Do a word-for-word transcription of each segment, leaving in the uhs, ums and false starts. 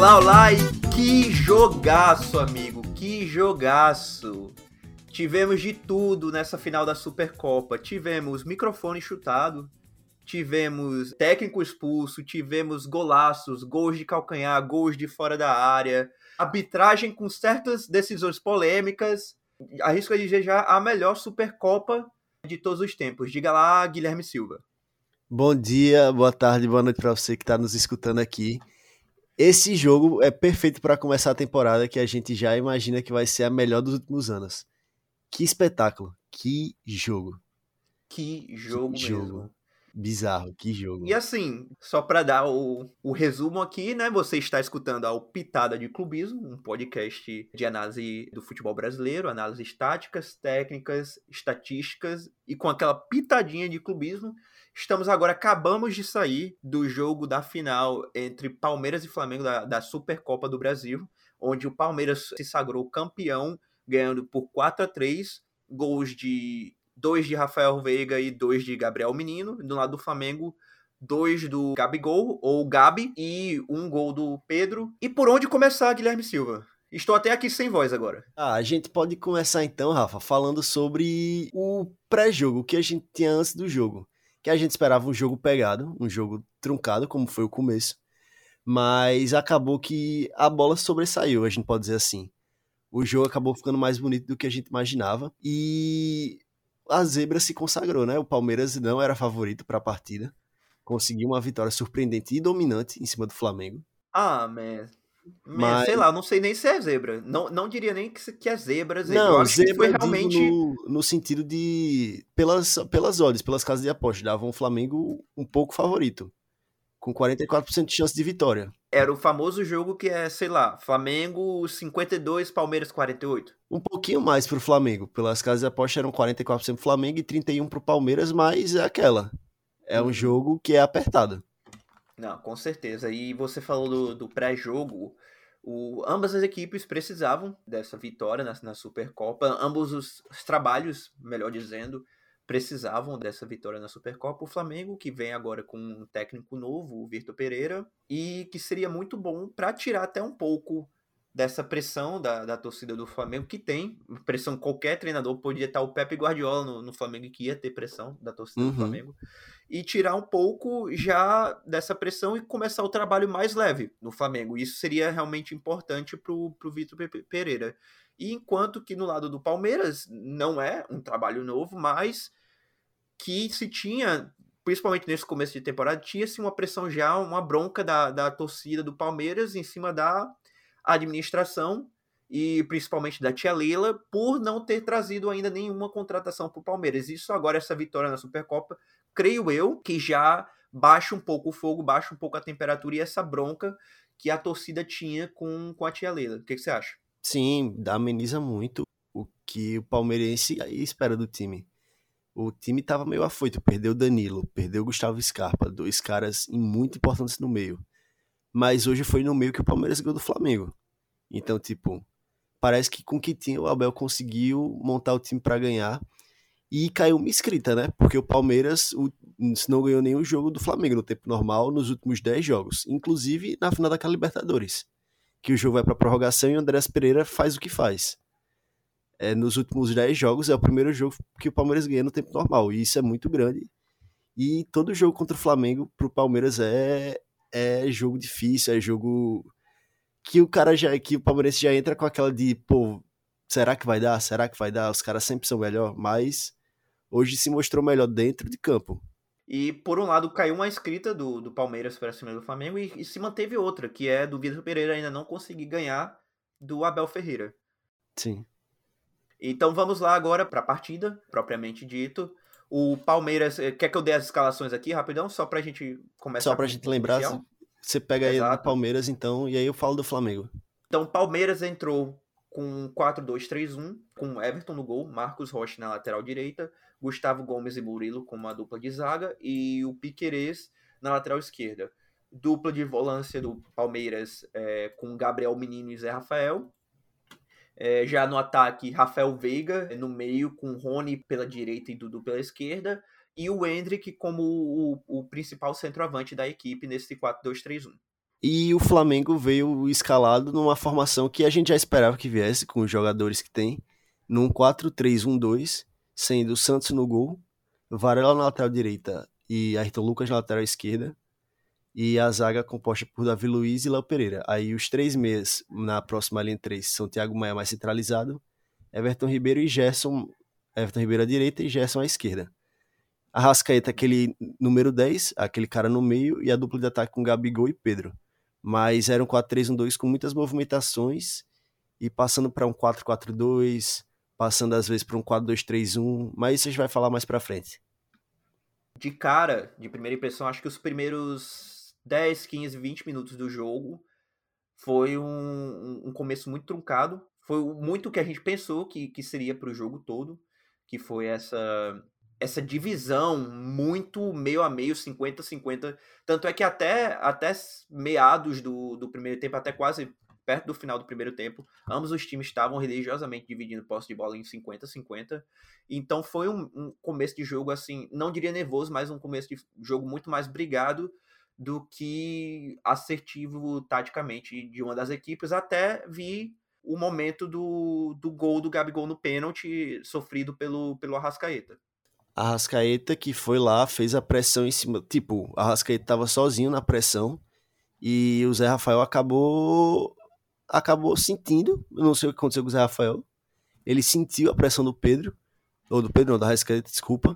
Olá, olá, e que jogaço, amigo, que jogaço. Tivemos de tudo nessa final da Supercopa. Tivemos microfone chutado, tivemos técnico expulso, tivemos golaços, gols de calcanhar, gols de fora da área, arbitragem com certas decisões polêmicas. Arrisco a dizer já a melhor Supercopa de todos os tempos. Diga lá, Guilherme Silva. Bom dia, boa tarde, boa noite para você que está nos escutando aqui. Esse jogo é perfeito para começar a temporada, que a gente já imagina que vai ser a melhor dos últimos anos. Que espetáculo, que jogo. Que jogo, que jogo mesmo. Bizarro, que jogo. E assim, só para dar o, o resumo aqui, né? Você está escutando a Pitada de Clubismo, um podcast de análise do futebol brasileiro, análises táticas, técnicas, estatísticas e com aquela pitadinha de clubismo. Estamos agora, acabamos de sair do jogo da final entre Palmeiras e Flamengo da, da Supercopa do Brasil, onde o Palmeiras se sagrou campeão, ganhando por quatro a três, gols de dois de Rafael Veiga e dois de Gabriel Menino. Do lado do Flamengo, dois do Gabigol, ou Gabi, e um gol do Pedro. E por onde começar, Guilherme Silva? Estou até aqui sem voz agora. Ah, a gente pode começar então, Rafa, falando sobre o pré-jogo, o que a gente tinha antes do jogo. Que a gente esperava um jogo pegado, um jogo truncado, como foi o começo. Mas acabou que a bola sobressaiu, a gente pode dizer assim. O jogo acabou ficando mais bonito do que a gente imaginava. E a zebra se consagrou, né? O Palmeiras não era favorito para a partida. Conseguiu uma vitória surpreendente e dominante em cima do Flamengo. Ah, man. man Mas... Sei lá, não sei nem se é zebra. Não, não diria nem que, que é zebra, zebra. Não, eu acho zebra que foi realmente... no, no sentido de... Pelas, pelas odds, pelas casas de aposta, davam o Flamengo um pouco favorito. Com quarenta e quatro por cento de chance de vitória. Era o famoso jogo que é, sei lá, Flamengo cinquenta e dois, Palmeiras quarenta e oito. Um pouquinho mais pro Flamengo. Pelas casas de aposta eram quarenta e quatro por cento pro Flamengo e trinta e um por cento pro Palmeiras, mas é aquela. É um hum. jogo que é apertado. Não, com certeza. E você falou do, do pré-jogo. O, ambas as equipes precisavam dessa vitória na, na Supercopa. Ambos os, os trabalhos, melhor dizendo, precisavam dessa vitória na Supercopa. O Flamengo, que vem agora com um técnico novo, o Vitor Pereira, e que seria muito bom para tirar até um pouco dessa pressão da, da torcida do Flamengo, que tem pressão. Qualquer treinador podia estar o Pepe Guardiola no, no Flamengo, que ia ter pressão da torcida uhum. do Flamengo, e tirar um pouco já dessa pressão e começar o trabalho mais leve no Flamengo. Isso seria realmente importante para o Vitor Pereira. E enquanto que no lado do Palmeiras não é um trabalho novo, mas que se tinha, principalmente nesse começo de temporada, tinha-se uma pressão já, uma bronca da, da torcida do Palmeiras em cima da administração e principalmente da tia Leila por não ter trazido ainda nenhuma contratação para o Palmeiras. Isso agora, essa vitória na Supercopa, creio eu, que já baixa um pouco o fogo, baixa um pouco a temperatura e essa bronca que a torcida tinha com, com a tia Leila. O que, que você acha? Sim, ameniza muito o que o palmeirense espera do time. O time estava meio afoito, perdeu o Danilo, perdeu o Gustavo Scarpa, dois caras muito importantes no meio. Mas hoje foi no meio que o Palmeiras ganhou do Flamengo. Então, tipo, parece que com o que tinha o Abel conseguiu montar o time para ganhar. E caiu uma escrita, né? Porque o Palmeiras o, não ganhou nenhum jogo do Flamengo no tempo normal nos últimos dez jogos. Inclusive na final daquela Libertadores. Que o jogo vai para prorrogação e o Andrés Pereira faz o que faz. É, nos últimos dez jogos é o primeiro jogo que o Palmeiras ganha no tempo normal. E isso é muito grande. E todo jogo contra o Flamengo pro Palmeiras é... é jogo difícil, é jogo que o cara já, que o palmeirense já entra com aquela de, pô, será que vai dar? Será que vai dar? Os caras sempre são melhor, mas hoje se mostrou melhor dentro de campo. E por um lado caiu uma escrita do, do Palmeiras para cima do Flamengo e, e se manteve outra, que é do Vitor Pereira ainda não conseguir ganhar do Abel Ferreira. Sim. Então vamos lá agora para a partida, propriamente dito. O Palmeiras, quer que eu dê as escalações aqui rapidão, só pra gente começar? Só pra gente lembrar, inicial? Você pega aí do Palmeiras então, e aí eu falo do Flamengo. Então, Palmeiras entrou com quatro dois três um, com Everton no gol, Marcos Rocha na lateral direita, Gustavo Gomes e Murilo com uma dupla de zaga, e o Piquerez na lateral esquerda. Dupla de volância do Palmeiras é, com Gabriel Menino e Zé Rafael. É, já no ataque, Rafael Veiga no meio, com Rony pela direita e Dudu pela esquerda, e o Endrick como o, o principal centroavante da equipe nesse quatro dois três um. E o Flamengo veio escalado numa formação que a gente já esperava que viesse, com os jogadores que tem, num quatro três um dois, sendo o Santos no gol, Varela na lateral direita e Ayrton Lucas na lateral esquerda, e a zaga composta por Davi Luiz e Léo Pereira. Aí os três meias na próxima linha três são Thiago Maia mais centralizado, Everton Ribeiro e Gerson, Everton Ribeiro à direita e Gerson à esquerda. Arrascaeta, aquele número dez, aquele cara no meio, e a dupla de ataque com Gabigol e Pedro. Mas era um quatro três um dois com muitas movimentações, e passando para um quatro quatro dois, passando às vezes para um quatro dois três um, mas isso a gente vai falar mais para frente. De cara, de primeira impressão, acho que os primeiros dez, quinze, vinte minutos do jogo foi um, um começo muito truncado. Foi muito o que a gente pensou que, que seria para o jogo todo, que foi essa, essa divisão muito meio a meio, cinquenta a cinquenta. Tanto é que até, até meados do, do primeiro tempo, até quase perto do final do primeiro tempo, ambos os times estavam religiosamente dividindo posse de bola em cinquenta a cinquenta. Então foi um, um começo de jogo, assim, não diria nervoso, mas um começo de jogo muito mais brigado do que assertivo taticamente de uma das equipes, até vi o momento do, do gol do Gabigol no pênalti sofrido pelo, pelo Arrascaeta. Arrascaeta que foi lá, fez a pressão em cima, tipo, Arrascaeta tava sozinho na pressão, e o Zé Rafael acabou acabou sentindo, não sei o que aconteceu com o Zé Rafael, ele sentiu a pressão do Pedro, ou do Pedro não, da Arrascaeta, desculpa,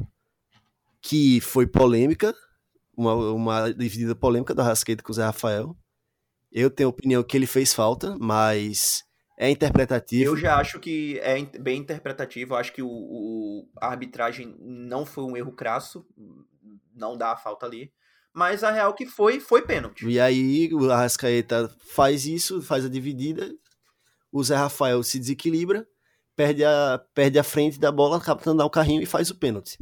que foi polêmica, uma, uma dividida polêmica do Arrascaeta com o Zé Rafael. Eu tenho a opinião que ele fez falta, mas é interpretativo. Eu já acho que é bem interpretativo, eu acho que o, o, a arbitragem não foi um erro crasso, não dá a falta ali, mas a real que foi, foi pênalti. E aí o Arrascaeta faz isso, faz a dividida, o Zé Rafael se desequilibra, perde a, perde a frente da bola, acaba tentando dar o carrinho e faz o pênalti.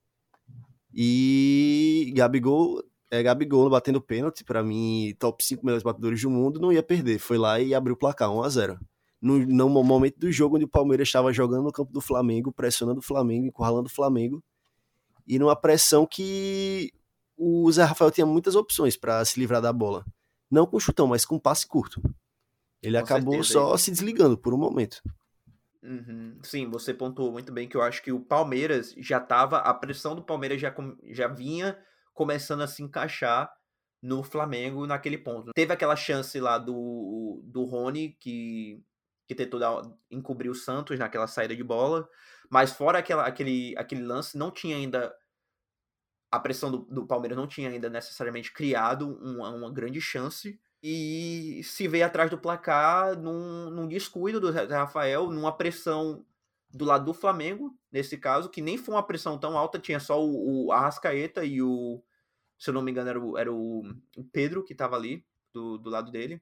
E Gabigol, é Gabigol batendo pênalti, pra mim, top cinco melhores batedores do mundo, não ia perder. Foi lá e abriu o placar, um a zero. No, no momento do jogo onde o Palmeiras estava jogando no campo do Flamengo, pressionando o Flamengo, encurralando o Flamengo, e numa pressão que o Zé Rafael tinha muitas opções para se livrar da bola. Não com chutão, mas com passe curto. Ele Com acabou certeza. só se desligando por um momento. Uhum. Sim, você pontuou muito bem que eu acho que o Palmeiras já estava, a pressão do Palmeiras já, já vinha começando a se encaixar no Flamengo naquele ponto. Teve aquela chance lá do, do Rony que, que tentou dar, encobrir o Santos naquela saída de bola, mas fora aquela, aquele, aquele lance, não tinha ainda, a pressão do, do Palmeiras não tinha ainda necessariamente criado uma, uma grande chance, e se veio atrás do placar num, num descuido do Zé Rafael, numa pressão do lado do Flamengo, nesse caso, que nem foi uma pressão tão alta, tinha só o, o Arrascaeta e o, se eu não me engano, era o, era o Pedro que estava ali, do, do lado dele,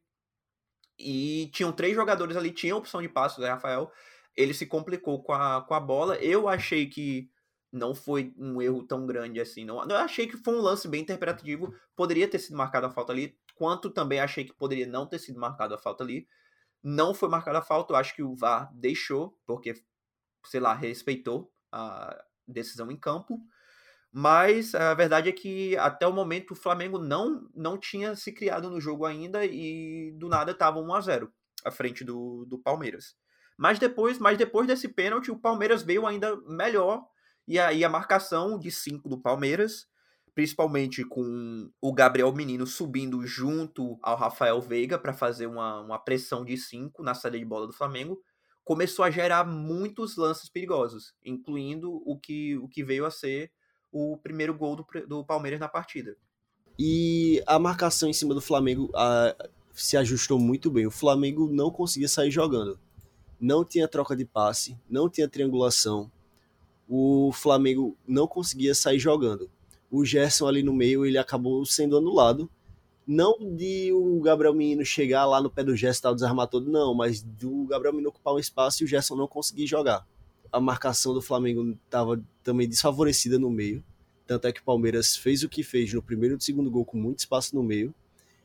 e tinham três jogadores ali, tinha opção de passe do Zé Rafael, ele se complicou com a, com a bola, eu achei que não foi um erro tão grande assim, não, eu achei que foi um lance bem interpretativo, poderia ter sido marcada a falta ali, quanto também achei que poderia não ter sido marcada a falta ali. Não foi marcada a falta, eu acho que o V A R deixou, porque, sei lá, respeitou a decisão em campo. Mas a verdade é que até o momento o Flamengo não, não tinha se criado no jogo ainda e do nada estava um a zero à frente do, do Palmeiras. Mas depois, mas depois desse pênalti, o Palmeiras veio ainda melhor, e aí a marcação de cinco do Palmeiras, principalmente com o Gabriel Menino subindo junto ao Rafael Veiga para fazer uma, uma pressão de cinco na saída de bola do Flamengo, começou a gerar muitos lances perigosos, incluindo o que, o que veio a ser o primeiro gol do, do Palmeiras na partida. E a marcação em cima do Flamengo a, se ajustou muito bem. O Flamengo não conseguia sair jogando. Não tinha troca de passe, não tinha triangulação. O Flamengo não conseguia sair jogando. O Gerson ali no meio, ele acabou sendo anulado. Não de o Gabriel Menino chegar lá no pé do Gerson e tal, desarmar todo, não, mas do Gabriel Menino ocupar um espaço e o Gerson não conseguir jogar. A marcação do Flamengo estava também desfavorecida no meio. Tanto é que o Palmeiras fez o que fez no primeiro e no segundo gol com muito espaço no meio,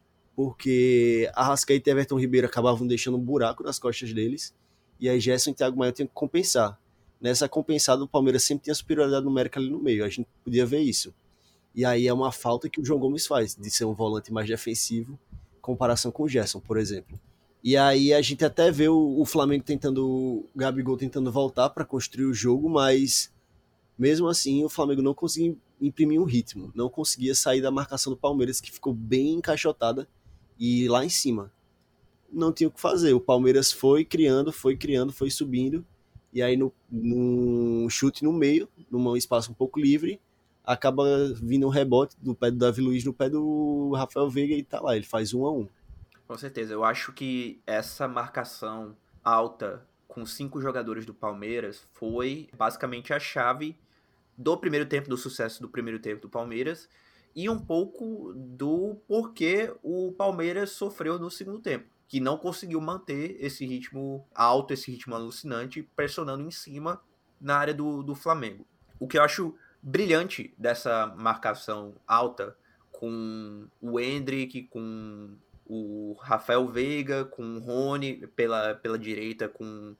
porque Arrascaeta e Everton Ribeiro acabavam deixando um buraco nas costas deles, e aí Gerson e Thiago Maia tinham que compensar. Nessa compensada, o Palmeiras sempre tinha superioridade numérica ali no meio, a gente podia ver isso. E aí é uma falta que o João Gomes faz, de ser um volante mais defensivo, comparação com o Gerson, por exemplo. E aí a gente até vê o, o Flamengo tentando, o Gabigol tentando voltar para construir o jogo, mas mesmo assim o Flamengo não conseguia imprimir um ritmo, não conseguia sair da marcação do Palmeiras, que ficou bem encaixotada e lá em cima. Não tinha o que fazer, o Palmeiras foi criando, foi criando, foi subindo, e aí no, num chute no meio, num espaço um pouco livre, acaba vindo um rebote do pé do Davi Luiz no pé do Rafael Veiga e tá lá, ele faz um a um. Com certeza, eu acho que essa marcação alta com cinco jogadores do Palmeiras foi basicamente a chave do primeiro tempo, do sucesso do primeiro tempo do Palmeiras e um pouco do porquê o Palmeiras sofreu no segundo tempo, que não conseguiu manter esse ritmo alto, esse ritmo alucinante, pressionando em cima na área do, do Flamengo. O que eu acho brilhante dessa marcação alta com o Endrick, com o Rafael Veiga, com o Rony pela, pela direita, com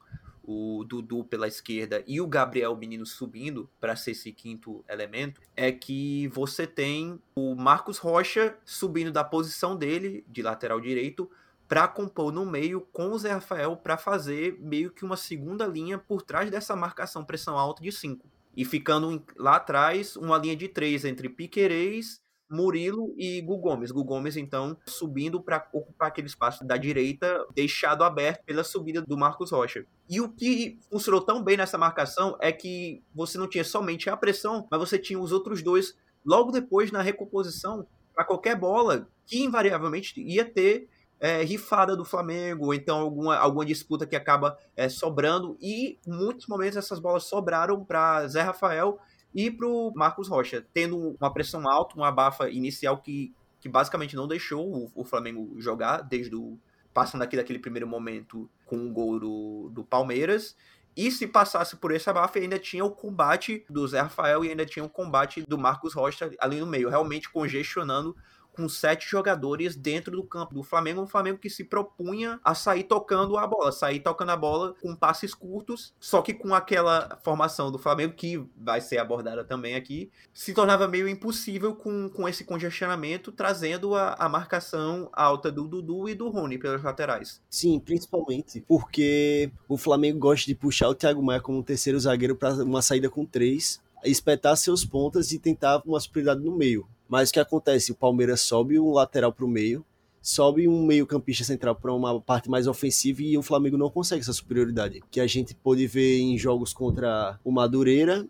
o Dudu pela esquerda e o Gabriel Menino subindo para ser esse quinto elemento, é que você tem o Marcos Rocha subindo da posição dele, de lateral direito, para compor no meio com o Zé Rafael para fazer meio que uma segunda linha por trás dessa marcação pressão alta de cinco. E ficando lá atrás uma linha de três entre Piquerez, Murilo e Gu Gomes. Gu Gomes, então, subindo para ocupar aquele espaço da direita, deixado aberto pela subida do Marcos Rocha. E o que funcionou tão bem nessa marcação é que você não tinha somente a pressão, mas você tinha os outros dois logo depois na recomposição para qualquer bola que invariavelmente ia ter é, rifada do Flamengo, ou então alguma, alguma disputa que acaba é, sobrando. E em muitos momentos essas bolas sobraram para Zé Rafael e para o Marcos Rocha, tendo uma pressão alta, uma abafa inicial que, que basicamente não deixou o, o Flamengo jogar, desde o passando aqui daquele primeiro momento com o gol do, do Palmeiras. E se passasse por esse abafa, ainda tinha o combate do Zé Rafael e ainda tinha o combate do Marcos Rocha ali no meio, realmente congestionando com sete jogadores dentro do campo do Flamengo, um Flamengo que se propunha a sair tocando a bola, sair tocando a bola com passes curtos, só que com aquela formação do Flamengo, que vai ser abordada também aqui, se tornava meio impossível com, com esse congestionamento, trazendo a, a marcação alta do Dudu e do Rony pelas laterais. Sim, principalmente porque o Flamengo gosta de puxar o Thiago Maia como um terceiro zagueiro para uma saída com três, espetar seus pontas e tentar uma superioridade no meio. Mas o que acontece? O Palmeiras sobe um lateral para o meio, sobe um meio campista central para uma parte mais ofensiva e o Flamengo não consegue essa superioridade. Que a gente pôde ver em jogos contra o Madureira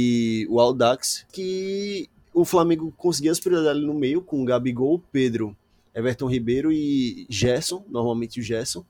e o Audax, que o Flamengo conseguia a superioridade no meio com o Gabigol, Pedro, Everton Ribeiro e Gerson, normalmente o Gerson,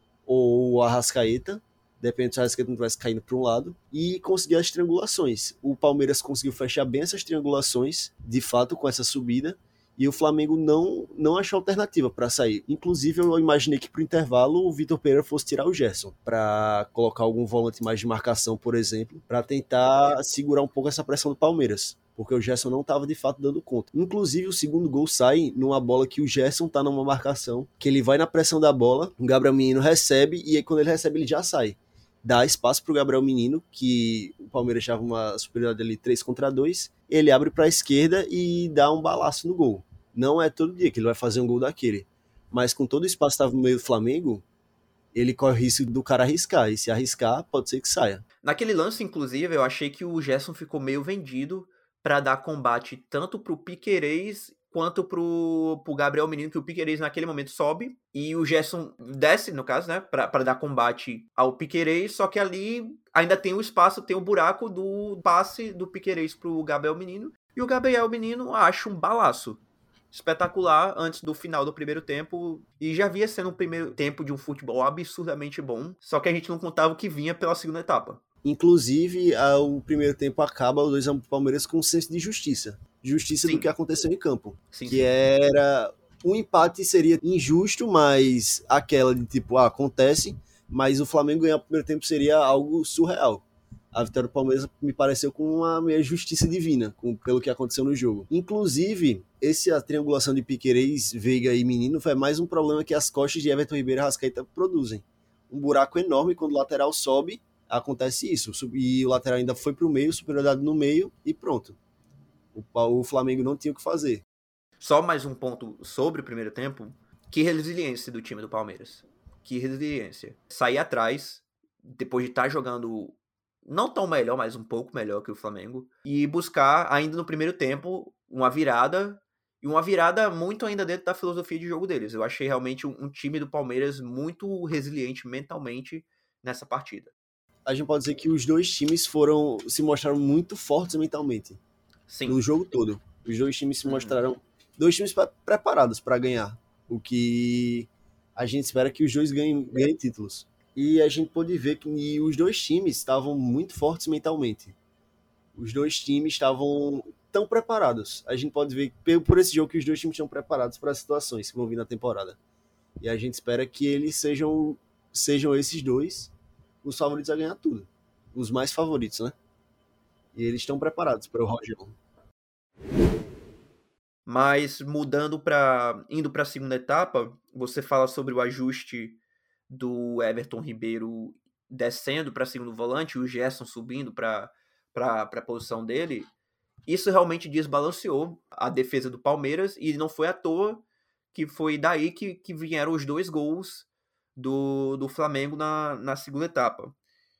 ou o Arrascaeta, depende se o Arrascaeta não estivesse caindo para um lado, e conseguir as triangulações. O Palmeiras conseguiu fechar bem essas triangulações, de fato, com essa subida, e o Flamengo não, não achou alternativa para sair. Inclusive, eu imaginei que para o intervalo o Vitor Pereira fosse tirar o Gerson, para colocar algum volante mais de marcação, por exemplo, para tentar segurar um pouco essa pressão do Palmeiras, porque o Gerson não estava de fato dando conta. Inclusive, o segundo gol sai numa bola que o Gerson está numa marcação, que ele vai na pressão da bola, o Gabriel Menino recebe, e aí quando ele recebe ele já sai. Dá espaço para o Gabriel Menino, que o Palmeiras achava uma superioridade ali três contra dois, ele abre para a esquerda e dá um balaço no gol. Não é todo dia que ele vai fazer um gol daquele, mas com todo o espaço que estava no meio do Flamengo, ele corre o risco do cara arriscar, e se arriscar, pode ser que saia. Naquele lance, inclusive, eu achei que o Gerson ficou meio vendido para dar combate tanto pro Piquerez quanto pro, pro Gabriel Menino, que o Piquerez naquele momento sobe e o Gerson desce, no caso, né, pra, pra dar combate ao Piquerez, só que ali ainda tem o espaço, tem o buraco do passe do Piquerez pro Gabriel Menino, e o Gabriel Menino acha um balaço espetacular antes do final do primeiro tempo, e já via sendo um primeiro tempo de um futebol absurdamente bom, só que a gente não contava o que vinha pela segunda etapa. Inclusive, o primeiro tempo acaba os dois Palmeiras com um senso de justiça. Justiça sim. Do que aconteceu em campo. Sim, que sim. Era... O empate seria injusto, mas aquela de tipo, ah, acontece, mas o Flamengo ganhar o primeiro tempo seria algo surreal. A vitória do Palmeiras me pareceu com uma meia justiça divina, com, pelo que aconteceu no jogo. Inclusive, essa triangulação de Piquerez, Veiga e Menino foi mais um problema que as costas de Everton Ribeiro e Arrascaeta produzem. Um buraco enorme, quando o lateral sobe, acontece isso. E o lateral ainda foi para o meio, superioridade no meio e pronto. O, o Flamengo não tinha o que fazer. Só mais um ponto sobre o primeiro tempo. Que resiliência do time do Palmeiras. Que resiliência. Sair atrás, depois de estar jogando não tão melhor, mas um pouco melhor que o Flamengo, e buscar, ainda no primeiro tempo, uma virada, e uma virada muito ainda dentro da filosofia de jogo deles. Eu achei realmente um, um time do Palmeiras muito resiliente mentalmente nessa partida. A gente pode dizer que os dois times foram se mostraram muito fortes mentalmente. Sim. No jogo todo. Os dois times se mostraram uhum. dois times pra, preparados para ganhar. O que a gente espera que os dois ganhem, ganhem títulos. E a gente pôde ver que os dois times estavam muito fortes mentalmente. Os dois times estavam tão preparados. A gente pode ver por esse jogo que os dois times estão preparados para as situações que vão vir na temporada. E a gente espera que eles sejam, sejam esses dois os favoritos a ganhar tudo. Os mais favoritos, né? E eles estão preparados para o Rogério. Mas mudando para indo para a segunda etapa, você fala sobre o ajuste do Everton Ribeiro descendo para segundo volante, o Gerson subindo para para a posição dele. Isso realmente desbalanceou a defesa do Palmeiras e não foi à toa que foi daí que, que vieram os dois gols do, do Flamengo na, na segunda etapa.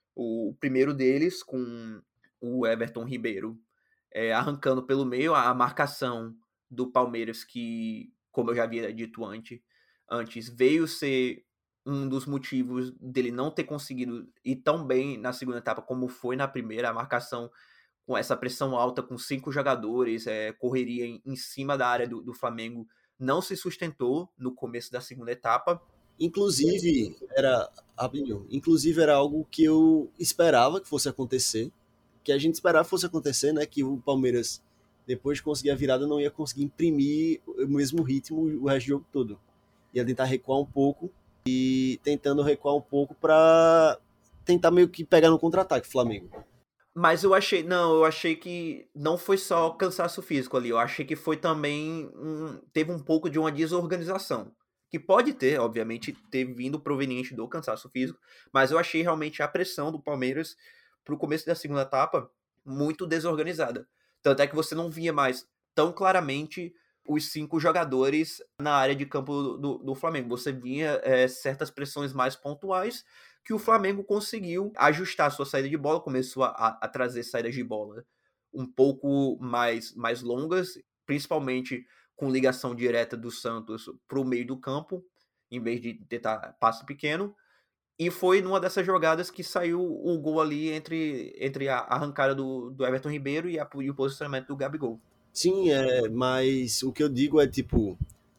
O primeiro deles com o Everton Ribeiro é, arrancando pelo meio, a marcação do Palmeiras, que, como eu já havia dito antes, antes veio ser um dos motivos dele não ter conseguido ir tão bem na segunda etapa como foi na primeira. A marcação com essa pressão alta, com cinco jogadores, é, correria em, em cima da área do, do Flamengo, não se sustentou no começo da segunda etapa. Inclusive, era, inclusive, era algo que eu esperava que fosse acontecer, que a gente esperava fosse acontecer, né? Que o Palmeiras, depois de conseguir a virada, não ia conseguir imprimir o mesmo ritmo o resto do jogo todo. Ia tentar recuar um pouco e tentando recuar um pouco para tentar meio que pegar no contra-ataque o Flamengo. Mas eu achei, não, eu achei que não foi só cansaço físico ali, eu achei que foi também, um, teve um pouco de uma desorganização, que pode ter, obviamente, ter vindo proveniente do cansaço físico, mas eu achei realmente a pressão do Palmeiras pro começo da segunda etapa muito desorganizada. Tanto é que você não via mais tão claramente os cinco jogadores na área de campo do, do, do Flamengo. Você via é, certas pressões mais pontuais que o Flamengo conseguiu ajustar a sua saída de bola, começou a, a trazer saídas de bola um pouco mais, mais longas, principalmente com ligação direta do Santos para o meio do campo, em vez de tentar passe pequeno. E foi numa dessas jogadas que saiu o gol ali entre, entre a arrancada do, do Everton Ribeiro e, a, e o posicionamento do Gabigol. Sim, é, mas o que eu digo é, tipo,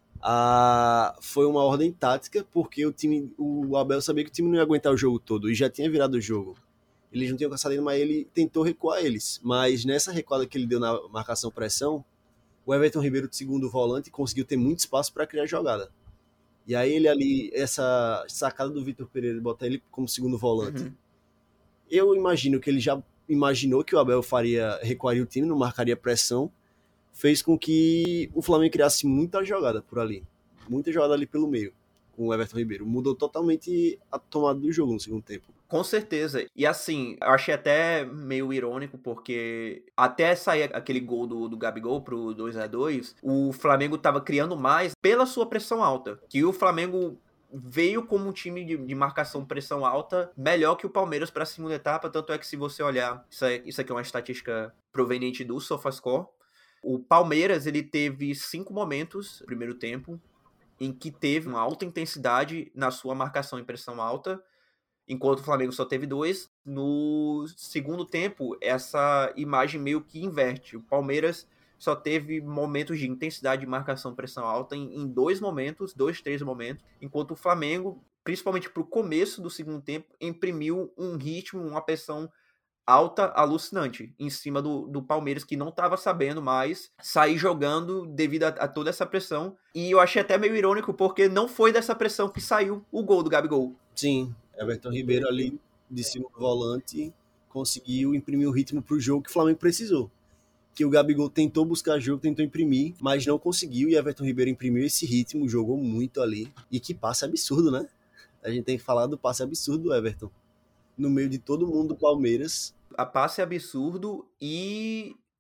a, foi uma ordem tática, porque o time, o Abel sabia que o time não ia aguentar o jogo todo, e já tinha virado o jogo. Eles não tinham cansado ainda, mas ele tentou recuar eles. Mas nessa recuada que ele deu na marcação-pressão, o Everton Ribeiro, de segundo volante, conseguiu ter muito espaço para criar jogada. E aí ele ali, essa sacada do Vitor Pereira, botar ele como segundo volante, uhum. Eu imagino que ele já imaginou que o Abel faria, recuaria o time, não marcaria pressão, fez com que o Flamengo criasse muita jogada por ali, muita jogada ali pelo meio, com o Everton Ribeiro. Mudou totalmente a tomada do jogo no segundo tempo. Com certeza. E assim, eu achei até meio irônico, porque até sair aquele gol do, do Gabigol pro dois a dois, o Flamengo tava criando mais pela sua pressão alta. Que o Flamengo veio como um time de, de marcação pressão alta melhor que o Palmeiras para a segunda etapa. Tanto é que se você olhar, isso, é, isso aqui é uma estatística proveniente do SofaScore, o Palmeiras ele teve cinco momentos no primeiro tempo em que teve uma alta intensidade na sua marcação em pressão alta, enquanto o Flamengo só teve dois. No segundo tempo, essa imagem meio que inverte. O Palmeiras só teve momentos de intensidade de marcação pressão alta em, em dois momentos, dois, três momentos, enquanto o Flamengo, principalmente para o começo do segundo tempo, imprimiu um ritmo, uma pressão alta, alucinante, em cima do, do Palmeiras, que não estava sabendo mais sair jogando devido a, a toda essa pressão. E eu achei até meio irônico, porque não foi dessa pressão que saiu o gol do Gabigol. Sim, Everton Ribeiro ali de cima do volante conseguiu imprimir o ritmo para o jogo que o Flamengo precisou. Que o Gabigol tentou buscar jogo, tentou imprimir, mas não conseguiu, e Everton Ribeiro imprimiu esse ritmo, jogou muito ali. E que passe absurdo, né? A gente tem que falar do passe absurdo do Everton. No meio de todo mundo do Palmeiras. A passe absurdo e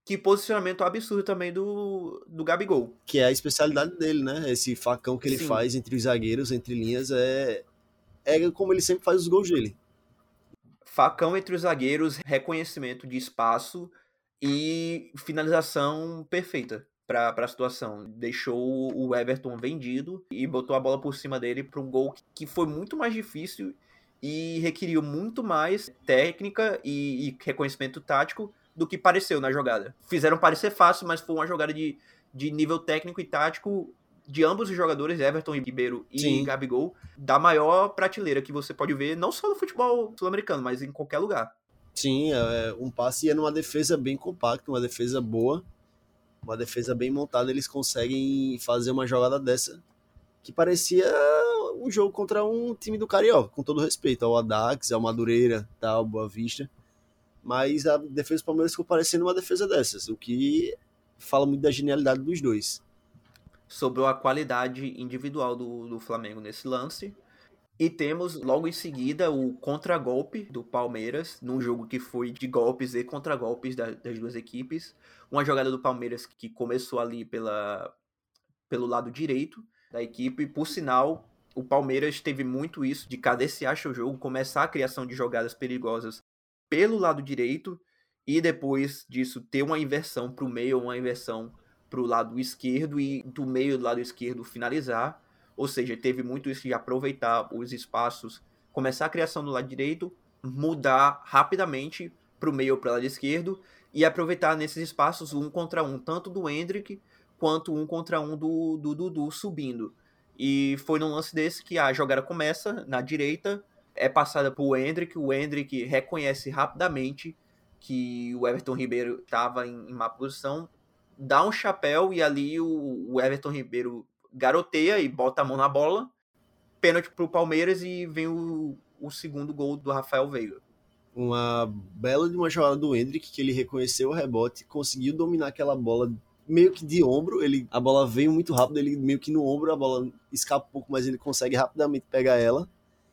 Que posicionamento absurdo também do, do Gabigol. Que é a especialidade dele, né? Esse facão que ele Sim. faz entre os zagueiros, entre linhas, é, é como ele sempre faz os gols dele. Facão entre os zagueiros, reconhecimento de espaço e finalização perfeita para a situação. Deixou o Everton vendido e botou a bola por cima dele para um gol que foi muito mais difícil e requeriu muito mais técnica e, e reconhecimento tático do que pareceu na jogada. Fizeram parecer fácil, mas foi uma jogada de, de nível técnico e tático de ambos os jogadores, Everton Ribeiro e Sim. Gabigol, da maior prateleira que você pode ver, não só no futebol sul-americano, mas em qualquer lugar. Sim, é um passe é numa defesa bem compacta, uma defesa boa, uma defesa bem montada, eles conseguem fazer uma jogada dessa que parecia um jogo contra um time do Carioca, com todo respeito ao Audax, ao Madureira, tal, Boa Vista, mas a defesa do Palmeiras ficou parecendo uma defesa dessas, o que fala muito da genialidade dos dois. Sobrou a qualidade individual do, do Flamengo nesse lance. E temos logo em seguida o contragolpe do Palmeiras, num jogo que foi de golpes e contragolpes das, das duas equipes. Uma jogada do Palmeiras que começou ali pela, pelo lado direito da equipe. Por sinal, o Palmeiras teve muito isso de cadenciar seu jogo, começar a criação de jogadas perigosas pelo lado direito e depois disso ter uma inversão para o meio, uma inversão para o lado esquerdo e do meio do lado esquerdo finalizar. Ou seja, teve muito isso de aproveitar os espaços, começar a criação do lado direito, mudar rapidamente para o meio ou para o lado esquerdo e aproveitar nesses espaços um contra um, tanto do Endrick quanto um contra um do, do Dudu subindo. E foi num lance desse que a jogada começa na direita, é passada para o Endrick, o Endrick reconhece rapidamente que o Everton Ribeiro estava em, em má posição, dá um chapéu e ali o, o Everton Ribeiro garoteia e bota a mão na bola, pênalti pro Palmeiras e vem o, o segundo gol do Rafael Veiga. Uma bela de uma jogada do Endrick, que ele reconheceu o rebote, conseguiu dominar aquela bola meio que de ombro, ele, a bola veio muito rápido, ele meio que no ombro, a bola escapa um pouco, mas ele consegue rapidamente pegar ela.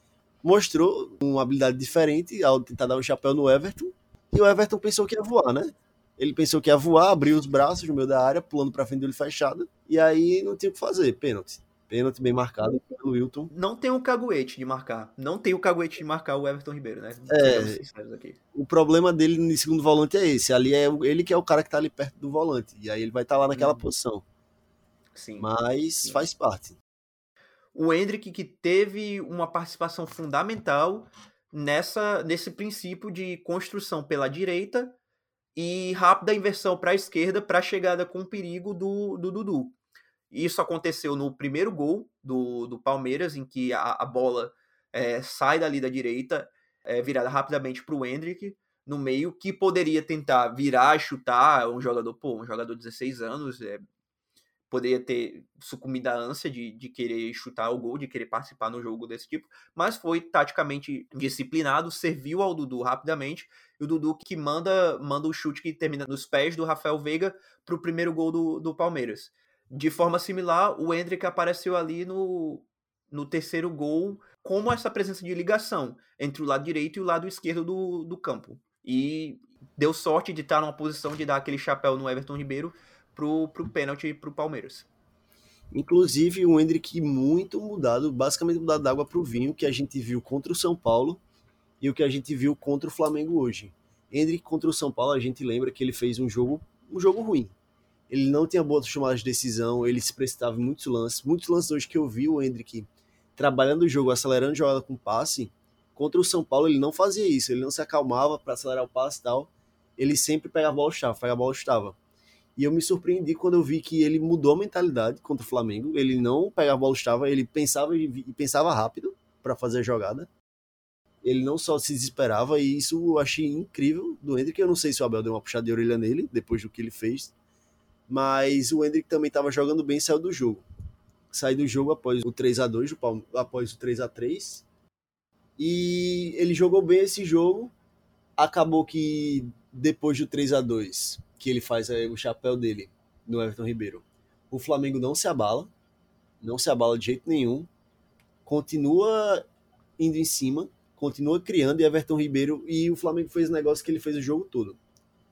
Mostrou uma habilidade diferente ao tentar dar um chapéu no Everton, e o Everton pensou que ia voar, né? Ele pensou que ia voar, abriu os braços no meio da área, pulando pra frente do olho fechado, e aí não tinha o que fazer, pênalti. Pênalti bem marcado pelo Wilton. Não tem o caguete de marcar. Não tem o caguete de marcar o Everton Ribeiro, né? É, Sejamos sinceros aqui. O problema dele no segundo volante é esse. Ali é ele que é o cara que tá ali perto do volante. E aí ele vai estar tá lá naquela hum. posição. Sim. Mas sim. Faz parte. O Endrick que teve uma participação fundamental nessa, nesse princípio de construção pela direita e rápida inversão para a esquerda para a chegada com perigo do, do Dudu. Isso aconteceu no primeiro gol do, do Palmeiras, em que a, a bola é, sai dali da direita, é, virada rapidamente para o Endrick, no meio, que poderia tentar virar, chutar, um jogador, pô, um jogador de dezesseis anos, é, poderia ter sucumbido à ânsia de, de querer chutar o gol, de querer participar no jogo desse tipo, mas foi taticamente disciplinado, serviu ao Dudu rapidamente, e o Dudu que manda, manda o chute que termina nos pés do Rafael Veiga para o primeiro gol do, do Palmeiras. De forma similar, o Endrick apareceu ali no, no terceiro gol como essa presença de ligação entre o lado direito e o lado esquerdo do, do campo. E deu sorte de estar numa posição de dar aquele chapéu no Everton Ribeiro pro, pro pênalti pro Palmeiras. Inclusive, um Endrick muito mudado, basicamente mudado da água pro vinho, que a gente viu contra o São Paulo e o que a gente viu contra o Flamengo hoje. Endrick contra o São Paulo, a gente lembra que ele fez um jogo, um jogo ruim. Ele não tinha boas tomadas de decisão, ele se precipitava em muitos lances. Muitos lances hoje que eu vi o Endrick trabalhando o jogo, acelerando a jogada com passe, contra o São Paulo ele não fazia isso, ele não se acalmava para acelerar o passe e tal, ele sempre pegava a bola e chutava, pegava a bola e chutava. E eu me surpreendi quando eu vi que ele mudou a mentalidade contra o Flamengo, ele não pegava a bola e chutava, ele pensava e pensava rápido para fazer a jogada. Ele não só se desesperava, e isso eu achei incrível do Endrick. Eu não sei se o Abel deu uma puxada de orelha nele, depois do que ele fez, mas o Endrick também estava jogando bem e saiu do jogo. Saiu do jogo após o três a dois, após o três a três, e ele jogou bem esse jogo. Acabou que depois do três a dois, que ele faz o chapéu dele no Everton Ribeiro, o Flamengo não se abala, não se abala de jeito nenhum, continua indo em cima, continua criando, e Everton Ribeiro, e o Flamengo fez o negócio que ele fez o jogo todo.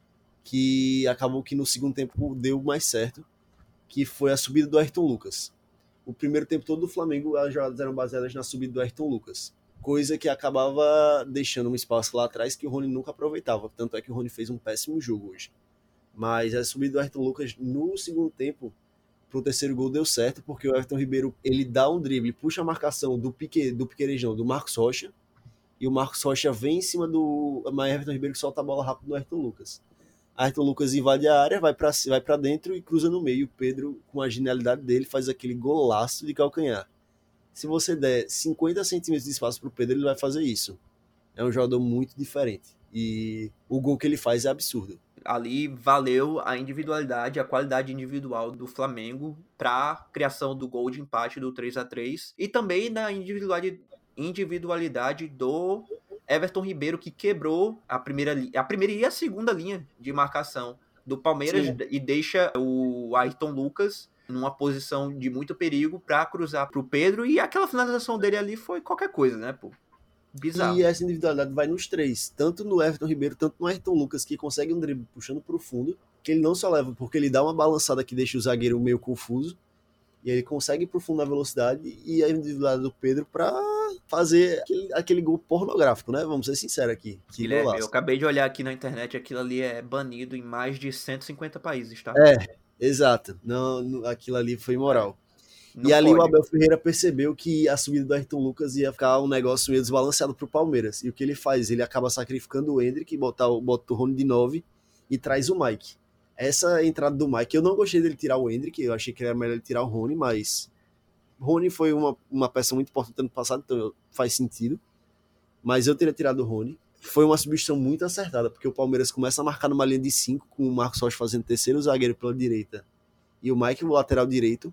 que acabou que no segundo tempo deu mais certo, que foi a subida do Ayrton Lucas. O primeiro tempo todo do Flamengo, as jogadas eram baseadas na subida do Ayrton Lucas, coisa que acabava deixando um espaço lá atrás que o Rony nunca aproveitava, tanto é que o Rony fez um péssimo jogo hoje. Mas a subida do Ayrton Lucas no segundo tempo, pro terceiro gol deu certo, porque o Everton Ribeiro, ele dá um drible, puxa a marcação do, Pique, do Piquerejão, do Marcos Rocha, e o Marcos Rocha vem em cima do mas Everton Ribeiro que solta a bola rápido no Ayrton Lucas. Ayrton Lucas invade a área, vai para vai para dentro e cruza no meio. O Pedro, com a genialidade dele, faz aquele golaço de calcanhar. Se você der cinquenta centímetros de espaço pro Pedro, ele vai fazer isso. É um jogador muito diferente. E o gol que ele faz é absurdo. Ali valeu a individualidade, a qualidade individual do Flamengo para a criação do gol de empate do três a três e também na individualidade, individualidade do Everton Ribeiro, que quebrou a primeira, a primeira e a segunda linha de marcação do Palmeiras. Sim. E deixa o Ayrton Lucas numa posição de muito perigo para cruzar para o Pedro, e aquela finalização dele ali foi qualquer coisa, né, pô? Bizarro. E essa individualidade vai nos três, tanto no Everton Ribeiro, tanto no Ayrton Lucas, que consegue um drible puxando pro fundo, que ele não só leva, porque ele dá uma balançada que deixa o zagueiro meio confuso, e ele consegue ir pro fundo na velocidade, e a individualidade do Pedro pra fazer aquele, aquele gol pornográfico, né? Vamos ser sinceros aqui. Guilherme, eu acabei de olhar aqui na internet, aquilo ali é banido em mais de cento e cinquenta países, tá? É, exato. Não, não, aquilo ali foi imoral. Não e ali pode. O Abel Ferreira percebeu que a subida do Ayrton Lucas ia ficar um negócio meio desbalanceado pro Palmeiras. E o que ele faz? Ele acaba sacrificando o Endrick, botar, bota o Rony de nove e traz o Mike. Essa entrada do Mike, eu não gostei dele tirar o Endrick, eu achei que era melhor ele tirar o Rony, mas Rony foi uma, uma peça muito importante ano passado, então faz sentido. Mas eu teria tirado o Rony. Foi uma substituição muito acertada, porque o Palmeiras começa a marcar numa linha de cinco, com o Marcos Rocha fazendo terceiro zagueiro pela direita e o Mike no lateral direito.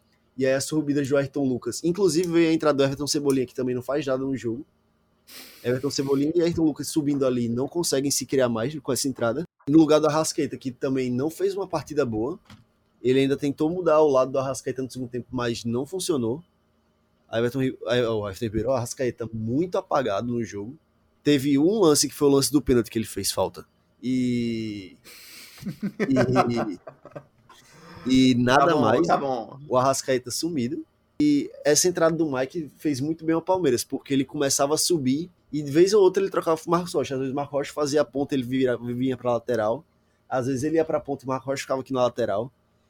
E aí as subidas do Ayrton Lucas. Inclusive veio a entrada do Everton Cebolinha, que também não faz nada no jogo. Everton Cebolinha e Ayrton Lucas subindo ali, não conseguem se criar mais com essa entrada. No lugar do Arrascaeta, que também não fez uma partida boa. Ele ainda tentou mudar o lado do Arrascaeta no segundo tempo, mas não funcionou. A Everton, o Everton Ribeiro, o Arrascaeta muito apagado no jogo. Teve um lance que foi o lance do pênalti que ele fez falta. E... e... E nada tá bom, mais, tá bom. O Arrascaeta sumido. E essa entrada do Mike fez muito bem ao Palmeiras, porque ele começava a subir e de vez ou outra ele trocava pro Marcos Rocha. Às vezes o Marcos Rocha fazia a ponta, ele vira, vinha pra lateral. Às vezes ele ia pra ponta e o Marcos Rocha ficava aqui na lateral.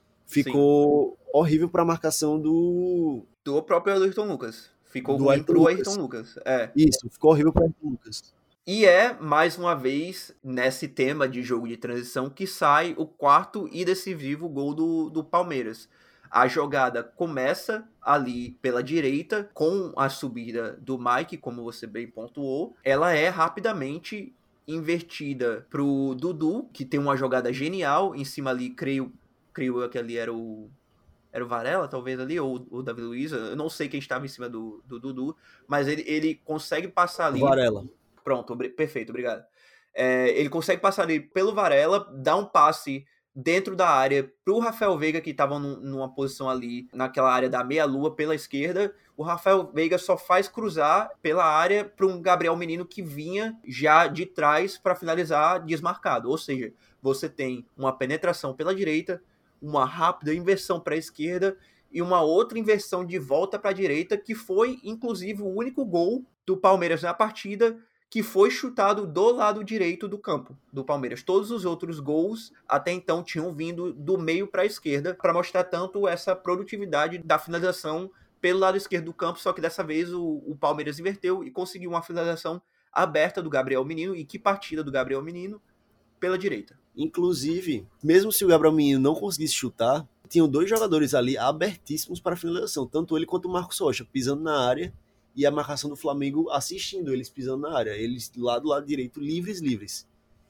Ficou Sim. horrível pra marcação do... Do próprio Ayrton Lucas. Ficou do ruim Ayrton pro Lucas. Ayrton Lucas. É. Isso, ficou horrível pro Ayrton Lucas. E é, mais uma vez, nesse tema de jogo de transição, que sai o quarto e decisivo gol do, do Palmeiras. A jogada começa ali pela direita, com a subida do Mike, como você bem pontuou. Ela é rapidamente invertida pro Dudu, que tem uma jogada genial. Em cima ali, creio, creio que ali era o... Era o Varela, talvez, ali, ou o Davi Luiz. Eu não sei quem estava em cima do, do Dudu, mas ele, ele consegue passar ali... O Varela. Pronto, perfeito, obrigado. É, ele consegue passar ali pelo Varela, dá um passe dentro da área pro Rafael Veiga, que estava num, numa posição ali, naquela área da meia-lua, pela esquerda. O Rafael Veiga só faz cruzar pela área para um Gabriel Menino que vinha já de trás para finalizar desmarcado. Ou seja, você tem uma penetração pela direita, uma rápida inversão para a esquerda e uma outra inversão de volta para a direita, que foi, inclusive, o único gol do Palmeiras na partida, que foi chutado do lado direito do campo do Palmeiras. Todos os outros gols até então tinham vindo do meio para a esquerda, para mostrar tanto essa produtividade da finalização pelo lado esquerdo do campo, só que dessa vez o, o Palmeiras inverteu e conseguiu uma finalização aberta do Gabriel Menino. E que partida do Gabriel Menino pela direita. Inclusive, mesmo se o Gabriel Menino não conseguisse chutar, tinham dois jogadores ali abertíssimos para a finalização, tanto ele quanto o Marcos Rocha, pisando na área, e a marcação do Flamengo assistindo eles pisando na área, eles lá do lado direito, livres, livres.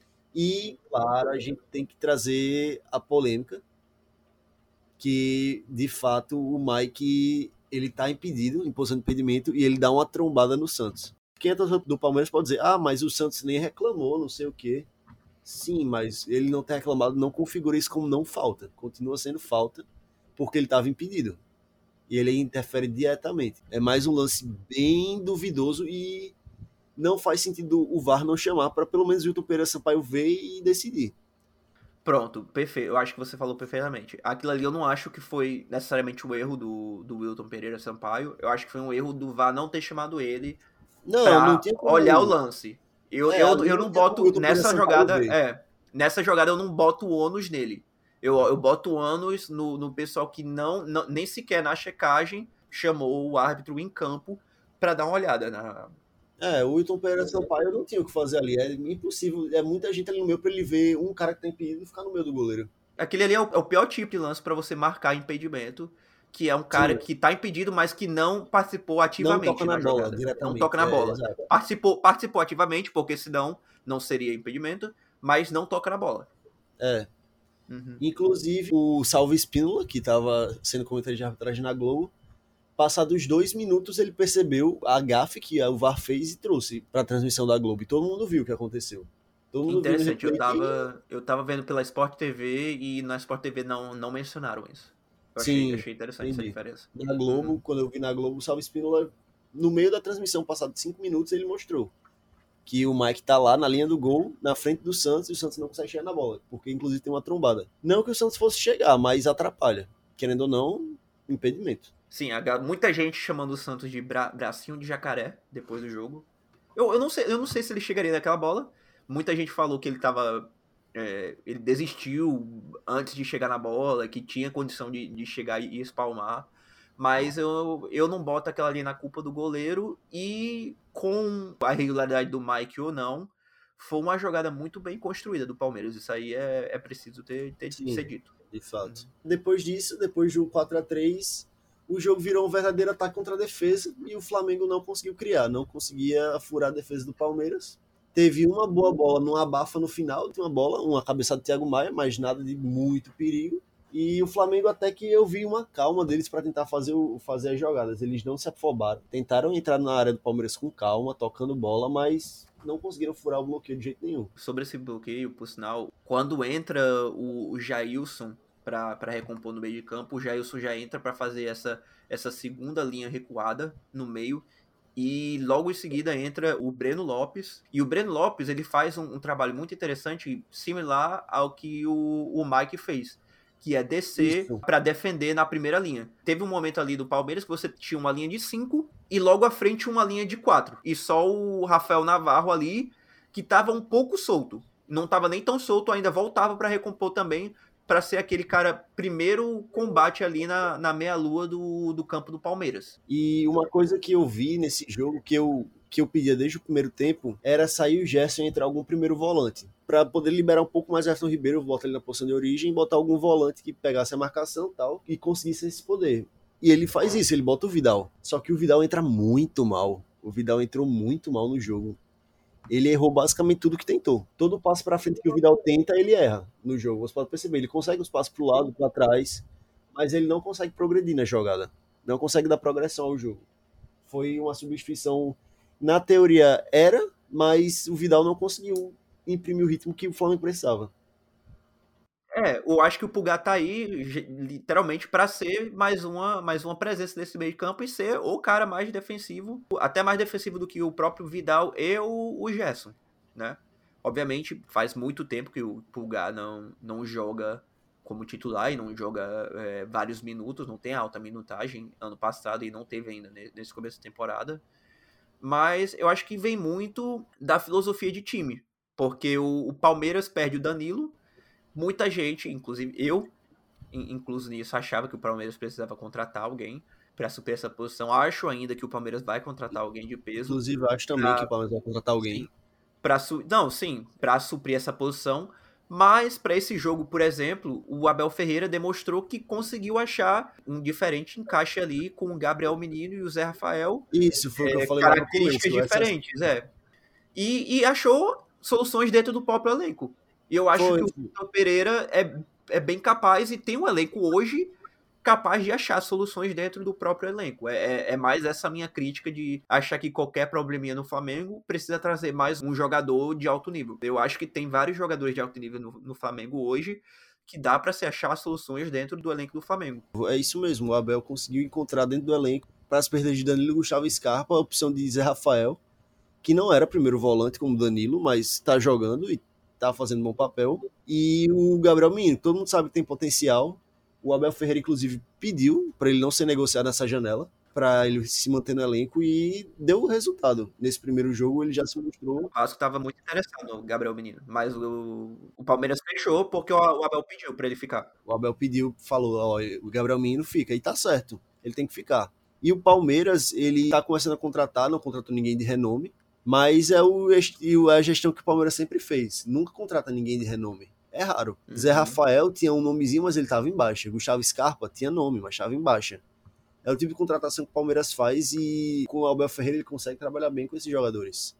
E, claro, a gente tem que trazer a polêmica, que, de fato, o Mike, ele tá impedido, em posição de impedimento, e ele dá uma trombada no Santos. Quem é do Palmeiras pode dizer, ah, mas o Santos nem reclamou, não sei o quê. Sim, mas ele não ter reclamado não configura isso como não falta. Continua sendo falta, porque ele estava impedido. E ele interfere diretamente. É mais um lance bem duvidoso e não faz sentido o V A R não chamar para pelo menos o Hilton Pereira Sampaio ver e decidir. Pronto, perfeito. Eu acho que você falou perfeitamente. Aquilo ali eu não acho que foi necessariamente o erro do, do Wilton Pereira Sampaio. Eu acho que foi um erro do V A R não ter chamado ele Não, não pra tinha olhar o como... lance. Eu, É, eu, ali eu não não tinha como o boto. Wilton Pereira Nessa Sampaio jogada. ver. É. Nessa jogada eu não boto o ônus nele. Eu, eu boto o ônus no, no pessoal que não, não. Nem sequer na checagem chamou o árbitro em campo pra dar uma olhada na. É, o Wilton Pereira Sampaio não tinha o que fazer ali. É impossível. É muita gente ali no meio pra ele ver um cara que tem impedido e ficar no meio do goleiro. Aquele ali é o, é o pior tipo de lance pra você marcar impedimento. Que é um cara Sim, que tá impedido, mas que não participou não toca ativamente na na bola jogada. Não toca diretamente. na É, bola. exato. Participou, participou ativamente, porque senão não seria impedimento, mas não toca na bola. É. Uhum. Inclusive, o Salvo Espínola, que estava sendo comentário de arbitragem na Globo, passados dois minutos ele percebeu a gafe que o V A R fez e trouxe para a transmissão da Globo. E todo mundo viu o que aconteceu. Todo mundo viu no Interessante, eu replay que... tava, eu tava vendo pela Sport T V e na Sport T V não, não mencionaram isso. Eu achei, Sim, achei interessante essa entendi. diferença. Na Globo, Uhum. quando eu vi na Globo, o Salvo Espínola, no meio da transmissão, passados cinco minutos, ele mostrou que o Mike tá lá na linha do gol, na frente do Santos, e o Santos não consegue chegar na bola, porque inclusive tem uma trombada. Não que o Santos fosse chegar, mas atrapalha. Querendo ou não, impedimento. Sim, a, muita gente chamando o Santos de bra, bracinho de jacaré depois do jogo. Eu, eu, não sei, eu não sei se ele chegaria naquela bola. Muita gente falou que ele tava. É, ele desistiu antes de chegar na bola, que tinha condição de, de chegar e espalmar. Mas eu, eu não boto aquela ali na culpa do goleiro. E com a irregularidade do Mike ou não, foi uma jogada muito bem construída do Palmeiras. Isso aí é, é preciso ter, ter Sim, ser dito. de fato. Uhum. Depois disso, depois do quatro a três, o jogo virou um verdadeiro ataque contra a defesa e o Flamengo não conseguiu criar, não conseguia furar a defesa do Palmeiras. Teve uma boa bola num abafa no final, tem uma bola, uma cabeçada do Thiago Maia, mas nada de muito perigo. E o Flamengo até que eu vi uma calma deles para tentar fazer, o, fazer as jogadas. Eles não se afobaram. Tentaram entrar na área do Palmeiras com calma, tocando bola, mas não conseguiram furar o bloqueio de jeito nenhum. Sobre esse bloqueio, por sinal, quando entra o, o Jailson para recompor no meio de campo, o Jailson já entra para fazer essa, essa segunda linha recuada no meio. E logo em seguida entra o Breno Lopes. E o Breno Lopes ele faz um, um trabalho muito interessante, similar ao que o, o Mike fez, que é descer para defender na primeira linha. Teve um momento ali do Palmeiras que você tinha uma linha de cinco e logo à frente uma linha de quatro. E só o Rafael Navarro ali, que estava um pouco solto. Não estava nem tão solto, ainda voltava para recompor também, para ser aquele cara primeiro combate ali na, na meia-lua do, do campo do Palmeiras. E uma coisa que eu vi nesse jogo, que eu, que eu pedia desde o primeiro tempo, era sair o Gerson e entrar algum primeiro volante, para poder liberar um pouco mais o Everton Ribeiro, botar ele na posição de origem e botar algum volante que pegasse a marcação e tal, e conseguisse esse poder. E ele faz isso, ele bota o Vidal. Só que o Vidal entra muito mal. O Vidal entrou muito mal no jogo. Ele errou basicamente tudo que tentou. Todo passo para frente que o Vidal tenta, ele erra no jogo. Você pode perceber, ele consegue os passos para o lado, para trás, mas ele não consegue progredir na jogada. Não consegue dar progressão ao jogo. Foi uma substituição, na teoria era, mas o Vidal não conseguiu imprimir o ritmo que o Flamengo precisava. É, eu acho que o Pulgar tá aí literalmente para ser mais uma, mais uma presença nesse meio de campo e ser o cara mais defensivo, até mais defensivo do que o próprio Vidal e o, o Gerson, né? Obviamente faz muito tempo que o Pulgar não, não joga como titular e não joga é, vários minutos, não tem alta minutagem ano passado e não teve ainda nesse começo da temporada, mas eu acho que vem muito da filosofia de time, porque o, o Palmeiras perde o Danilo. Muita gente, inclusive eu, incluso nisso, achava que o Palmeiras precisava contratar alguém para suprir essa posição. Acho ainda que o Palmeiras vai contratar alguém de peso. Inclusive, acho também pra, que o Palmeiras vai contratar alguém. Sim, pra su, não, sim, para suprir essa posição. Mas para esse jogo, por exemplo, o Abel Ferreira demonstrou que conseguiu achar um diferente encaixe ali com o Gabriel Menino e o Zé Rafael. Isso, foi o que é, eu falei características no começo, diferentes, essa... é. E, e achou soluções dentro do próprio elenco. E eu acho Foi. que o Vitor Pereira é, é bem capaz e tem um elenco hoje capaz de achar soluções dentro do próprio elenco. É, é mais essa minha crítica de achar que qualquer probleminha no Flamengo precisa trazer mais um jogador de alto nível. Eu acho que tem vários jogadores de alto nível no, no Flamengo hoje que dá para se achar soluções dentro do elenco do Flamengo. É isso mesmo, o Abel conseguiu encontrar dentro do elenco, para as perdas de Danilo, Gustavo Scarpa, a opção de Zé Rafael, que não era primeiro volante como Danilo, mas está jogando e tá fazendo um bom papel, e o Gabriel Menino, todo mundo sabe que tem potencial. O Abel Ferreira, inclusive, pediu para ele não ser negociado nessa janela, para ele se manter no elenco, e deu resultado. Nesse primeiro jogo, ele já se mostrou... O Vasco estava muito interessado no Gabriel Menino, mas o, o Palmeiras fechou porque o, o Abel pediu para ele ficar. O Abel pediu, falou, ó, o Gabriel Menino fica, e tá certo, ele tem que ficar. E o Palmeiras, ele tá começando a contratar, não contratou ninguém de renome, mas é o, a gestão que o Palmeiras sempre fez. Nunca contrata ninguém de renome. É raro. Uhum. Zé Rafael tinha um nomezinho, mas ele tava em baixa. Gustavo Scarpa tinha nome, mas tava em baixa. É o tipo de contratação que o Palmeiras faz, e com o Abel Ferreira ele consegue trabalhar bem com esses jogadores.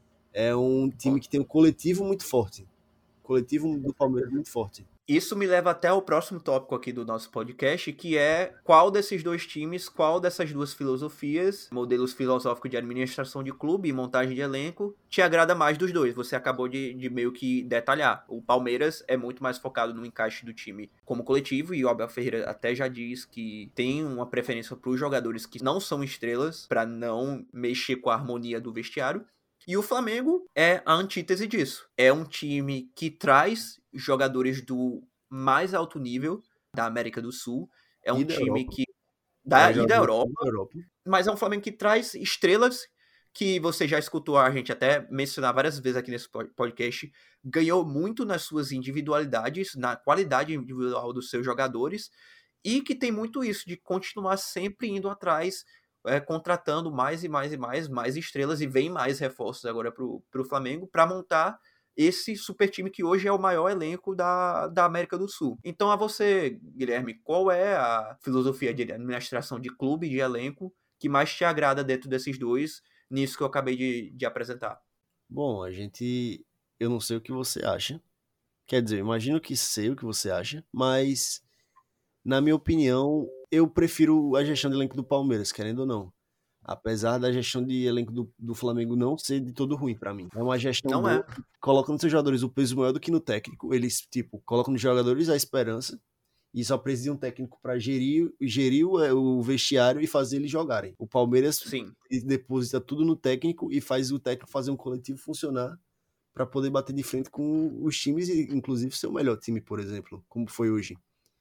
É um time que tem um coletivo muito forte. O coletivo do Palmeiras é muito forte. Isso me leva até o próximo tópico aqui do nosso podcast, que é qual desses dois times, qual dessas duas filosofias, modelos filosóficos de administração de clube e montagem de elenco, te agrada mais dos dois. Você acabou de, de meio que detalhar. O Palmeiras é muito mais focado no encaixe do time como coletivo, e o Abel Ferreira até já diz que tem uma preferência para os jogadores que não são estrelas, para não mexer com a harmonia do vestiário. E o Flamengo é a antítese disso. É um time que traz jogadores do mais alto nível da América do Sul. É um time que... Da, e da Europa, Europa. Mas é um Flamengo que traz estrelas que você já escutou a gente até mencionar várias vezes aqui nesse podcast. Ganhou muito nas suas individualidades, na qualidade individual dos seus jogadores. E que tem muito isso de continuar sempre indo atrás... É, contratando mais e mais e mais, mais estrelas, e vem mais reforços agora para o Flamengo para montar esse super time que hoje é o maior elenco da, da América do Sul. Então, a você, Guilherme, qual é a filosofia de administração de clube, de elenco, que mais te agrada dentro desses dois, nisso que eu acabei de, de apresentar? Bom, a gente... Eu não sei o que você acha. Quer dizer, eu imagino que sei o que você acha, mas... Na minha opinião, eu prefiro a gestão de elenco do Palmeiras, querendo ou não. Apesar da gestão de elenco do, do Flamengo não ser de todo ruim pra mim. É uma gestão não boa, é. Colocando nos seus jogadores o peso maior do que no técnico. Eles, tipo, colocam nos jogadores a esperança e só precisa de um técnico pra gerir, gerir o, o vestiário e fazer eles jogarem. O Palmeiras Sim. deposita tudo no técnico e faz o técnico fazer um coletivo funcionar pra poder bater de frente com os times e, inclusive, ser o melhor time, por exemplo, como foi hoje.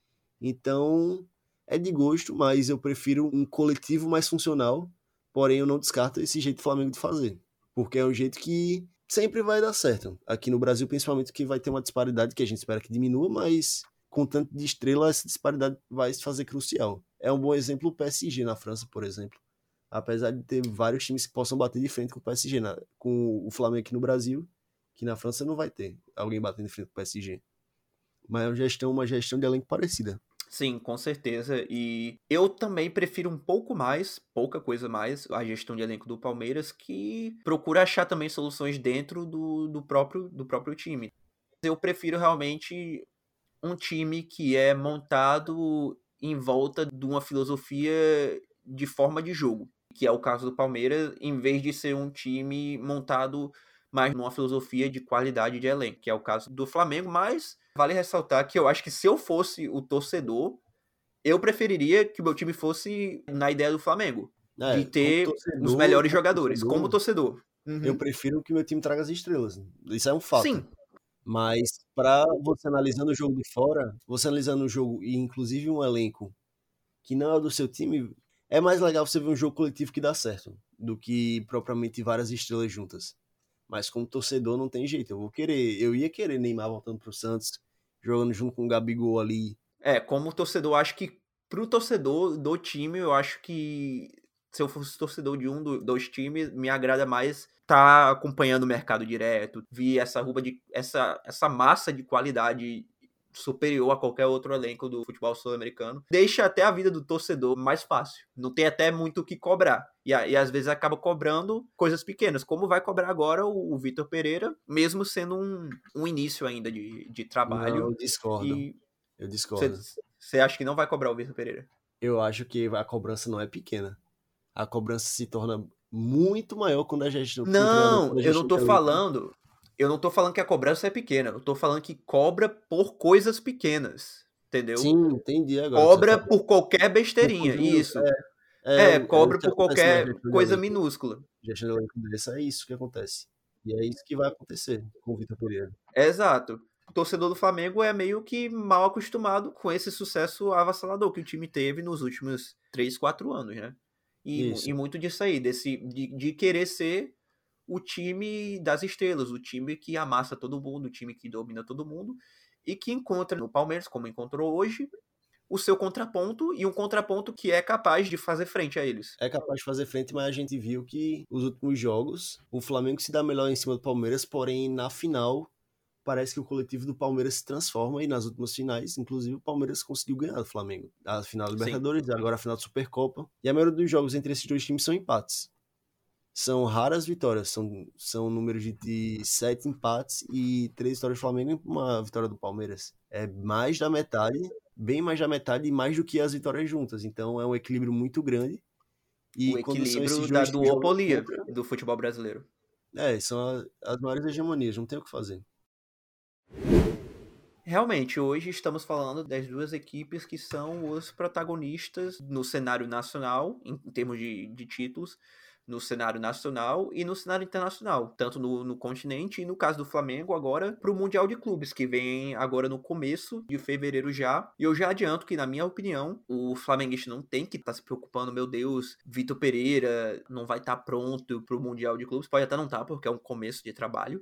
Então, é de gosto, mas eu prefiro um coletivo mais funcional, porém eu não descarto esse jeito do Flamengo de fazer, porque é um jeito que sempre vai dar certo. Aqui no Brasil, principalmente, que vai ter uma disparidade que a gente espera que diminua, mas com tanto de estrela, essa disparidade vai se fazer crucial. É um bom exemplo o P S G na França, por exemplo. Apesar de ter vários times que possam bater de frente com o P S G, na, com o Flamengo aqui no Brasil, que na França não vai ter alguém batendo de frente com o P S G. Mas é uma gestão, uma gestão de elenco parecida. Sim, com certeza. E eu também prefiro um pouco mais, pouca coisa mais, a gestão de elenco do Palmeiras, que procura achar também soluções dentro do, do, próprio, do próprio time. Eu prefiro realmente um time que é montado em volta de uma filosofia de forma de jogo, que é o caso do Palmeiras, em vez de ser um time montado mais numa filosofia de qualidade de elenco, que é o caso do Flamengo, mas vale ressaltar que eu acho que se eu fosse o torcedor, eu preferiria que o meu time fosse na ideia do Flamengo, é, de ter torcedor, os melhores jogadores, torcedor, como torcedor. Uhum. Eu prefiro que o meu time traga as estrelas, isso é um fato. Sim. Mas para você analisando o jogo de fora, você analisando o jogo e inclusive um elenco que não é do seu time, é mais legal você ver um jogo coletivo que dá certo, do que propriamente várias estrelas juntas. Mas como torcedor não tem jeito, eu vou querer, eu ia querer Neymar voltando pro Santos, jogando junto com o Gabigol ali. É, como torcedor, acho que pro torcedor do time, eu acho que se eu fosse torcedor de um dos dois times, me agrada mais estar tá acompanhando o mercado direto, ver essa ruba de essa, essa massa de qualidade superior a qualquer outro elenco do futebol sul-americano. Deixa até a vida do torcedor mais fácil. Não tem até muito o que cobrar. E, e às vezes acaba cobrando coisas pequenas, como vai cobrar agora o, o Vitor Pereira, mesmo sendo um, um início ainda de, de trabalho. Não, eu discordo. E eu discordo. Você acha que não vai cobrar o Vitor Pereira? Eu acho que a cobrança não é pequena. A cobrança se torna muito maior quando a gente... Não, a eu não tô falando... Eu não tô falando que a cobrança é pequena. Eu tô falando que cobra por coisas pequenas. Entendeu? Sim, entendi agora. Cobra por qualquer besteirinha. Isso. É, é, é cobra é por qualquer coisa minúscula. Gestão de elenco desse é isso que acontece. E é isso que vai acontecer com o Vitor Pereira. Exato. O torcedor do Flamengo é meio que mal acostumado com esse sucesso avassalador que o time teve nos últimos três, quatro anos, né? E, Isso. e muito disso aí, desse, de, de querer ser o time das estrelas, o time que amassa todo mundo, o time que domina todo mundo, e que encontra no Palmeiras, como encontrou hoje, o seu contraponto, e um contraponto que é capaz de fazer frente a eles. É capaz de fazer frente, mas a gente viu que os últimos jogos, o Flamengo se dá melhor em cima do Palmeiras, porém na final parece que o coletivo do Palmeiras se transforma e nas últimas finais, inclusive o Palmeiras conseguiu ganhar do Flamengo. A final da Libertadores, Sim. agora a final da Supercopa. E a maioria dos jogos entre esses dois times são empates. São raras vitórias, são, são números de, de sete empates e três vitórias do Flamengo e uma vitória do Palmeiras. É mais da metade, bem mais da metade e mais do que as vitórias juntas. Então é um equilíbrio muito grande. E o quando são equilíbrio esses da dois times jogando duopolia contra, do futebol brasileiro. É, são a, as maiores hegemonias, não tem o que fazer. Realmente, hoje estamos falando das duas equipes que são os protagonistas no cenário nacional, em termos de, de títulos, no cenário nacional e no cenário internacional, tanto no, no continente e no caso do Flamengo agora para o Mundial de Clubes, que vem agora no começo de fevereiro já. E eu já adianto que, na minha opinião, o flamenguista não tem que estar tá se preocupando, meu Deus, Vitor Pereira não vai estar tá pronto para o Mundial de Clubes, pode até não estar, tá, porque é um começo de trabalho,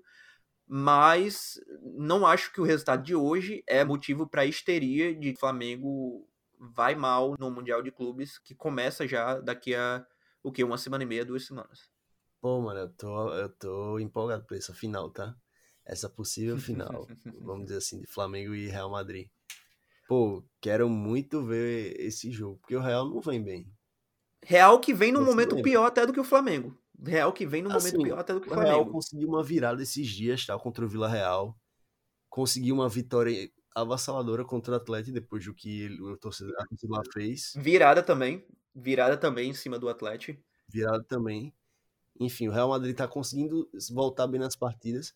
mas não acho que o resultado de hoje é motivo para histeria de que o Flamengo vai mal no Mundial de Clubes, que começa já daqui a, o quê? Uma semana e meia, duas semanas. Pô, mano, eu tô, eu tô empolgado pra essa final, tá? Essa possível final, vamos dizer assim, de Flamengo e Real Madrid. Pô, quero muito ver esse jogo, porque o Real não vem bem. Real que vem num Você momento lembra? pior até do que o Flamengo. Real que vem num Assim, momento pior até do que o o Real Flamengo. conseguiu uma virada esses dias, tá? Contra o Vila Real. Conseguiu uma vitória avassaladora contra o Atlético depois do que ele, o torcedor, a torcida lá fez. Virada também. Virada também em cima do Atlético. Virada também. Enfim, o Real Madrid tá conseguindo voltar bem nas partidas.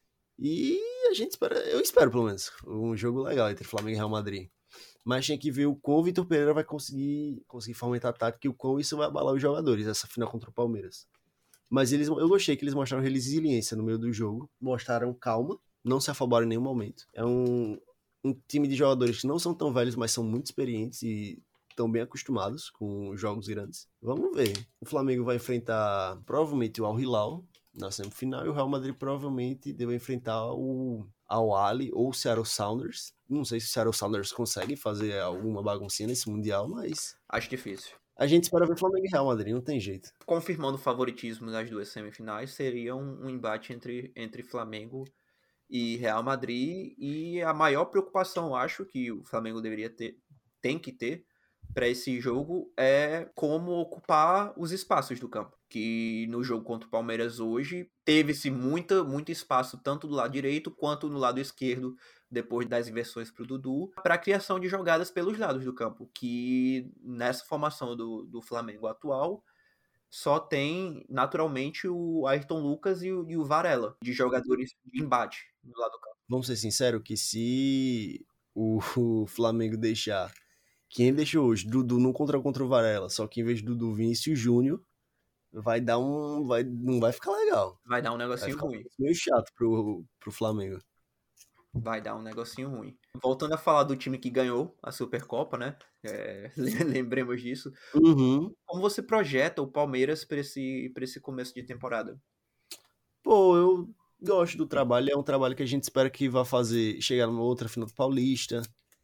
E a gente espera, eu espero pelo menos, um jogo legal entre Flamengo e Real Madrid. Mas tinha que ver o quão o Vitor Pereira vai conseguir, conseguir fomentar a tática e o quão isso vai abalar os jogadores, essa final contra o Palmeiras. Mas eles, eu gostei que eles mostraram resiliência no meio do jogo, mostraram calma, não se afobaram em nenhum momento. É um, um time de jogadores que não são tão velhos, mas são muito experientes e estão bem acostumados com jogos grandes. Vamos ver. O Flamengo vai enfrentar provavelmente o Al Hilal na semifinal e o Real Madrid provavelmente deve enfrentar o Al Ahly ou o Seattle Sounders. Não sei se o Seattle Sounders consegue fazer alguma baguncinha nesse Mundial, mas acho difícil. A gente espera ver Flamengo e Real Madrid, não tem jeito. Confirmando o favoritismo das duas semifinais, seria um, um embate entre, entre Flamengo e Real Madrid, e a maior preocupação, eu acho, que o Flamengo deveria ter, tem que ter para esse jogo é como ocupar os espaços do campo. Que no jogo contra o Palmeiras hoje teve-se muito, muito espaço tanto do lado direito quanto no lado esquerdo, depois das inversões para o Dudu, para a criação de jogadas pelos lados do campo, que nessa formação do, do Flamengo atual só tem naturalmente o Ayrton Lucas e o, e o Varela, de jogadores de embate do lado do campo. Vamos ser sinceros que se o, o Flamengo deixar quem deixou hoje, Dudu não contra contra o Varela, só que em vez de Dudu, Vinícius Júnior, vai dar um. Vai, não vai ficar legal. Vai dar um negocinho vai ficar ruim. Meio chato pro, pro Flamengo. Vai dar um negocinho ruim. Voltando a falar do time que ganhou a Supercopa, né? É, lembremos disso. Uhum. Como você projeta o Palmeiras para esse, pra esse começo de temporada? Pô, eu gosto do trabalho. É um trabalho que a gente espera que vá fazer chegar numa outra final do Paulista.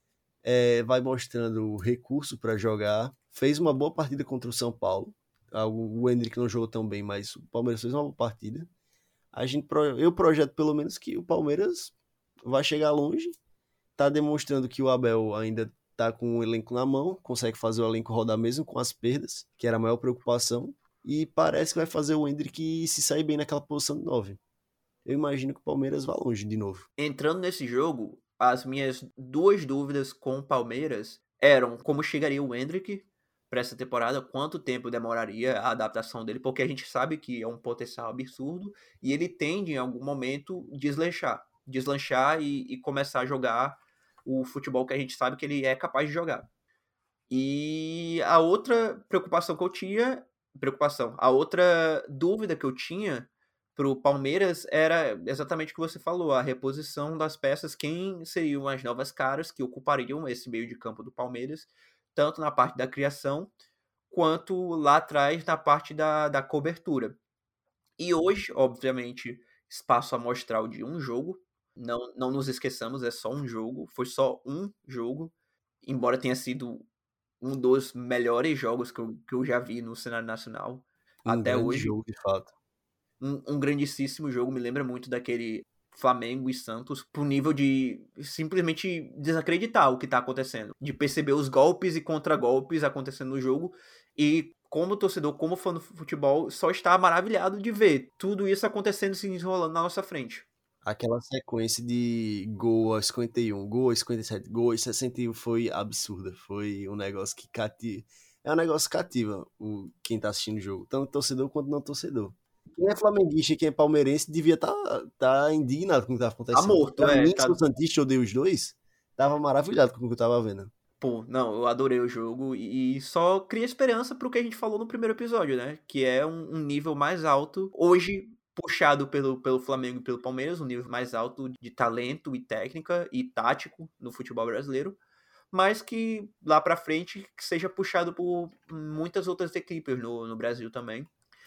É, vai mostrando recurso para jogar. Fez uma boa partida contra o São Paulo. O Endrick não jogou tão bem, mas o Palmeiras fez uma boa partida. A gente, eu projeto pelo menos que o Palmeiras vai chegar longe. Tá demonstrando que o Abel ainda tá com o elenco na mão, consegue fazer o elenco rodar mesmo com as perdas, que era a maior preocupação. E parece que vai fazer o Endrick se sair bem naquela posição de nove. Eu imagino que o Palmeiras vá longe de novo. Entrando nesse jogo, as minhas duas dúvidas com o Palmeiras eram como chegaria o Endrick para essa temporada, quanto tempo demoraria a adaptação dele, porque a gente sabe que é um potencial absurdo e ele tende em algum momento deslanchar, deslanchar e, e começar a jogar o futebol que a gente sabe que ele é capaz de jogar. E a outra preocupação que eu tinha, preocupação, a outra dúvida que eu tinha pro Palmeiras era exatamente o que você falou, a reposição das peças, quem seriam as novas caras que ocupariam esse meio de campo do Palmeiras, tanto na parte da criação, quanto lá atrás na parte da, da cobertura. E hoje, obviamente, espaço amostral de um jogo, não, não nos esqueçamos, é só um jogo, foi só um jogo, embora tenha sido um dos melhores jogos que eu, que eu já vi no cenário nacional Um até grande hoje. jogo, de fato. Um, um grandíssimo jogo, me lembra muito daquele Flamengo e Santos, pro nível de simplesmente desacreditar o que tá acontecendo, de perceber os golpes e contragolpes acontecendo no jogo, e como torcedor, como fã do futebol, só está maravilhado de ver tudo isso acontecendo, se desenrolando na nossa frente. Aquela sequência de gol aos cinquenta e um, gol aos cinquenta e sete, gol aos sessenta e um foi absurda. Foi um negócio que cativa. É um negócio que cativa o, quem tá assistindo o jogo, tanto torcedor quanto não torcedor. Quem é flamenguista e quem é palmeirense devia estar tá, tá indignado com o que tava Tá acontecendo. morto, Pra é. mim, Tá... sou santista, eu odeio os dois, tava maravilhado com o que eu tava vendo. Pô, não, eu adorei o jogo e só cria esperança pro que a gente falou no primeiro episódio, né? Que é um, um nível mais alto. Hoje, puxado pelo, pelo Flamengo e pelo Palmeiras, um nível mais alto de talento e técnica e tático no futebol brasileiro. Mas que lá pra frente que seja puxado por muitas outras equipes no, no Brasil também.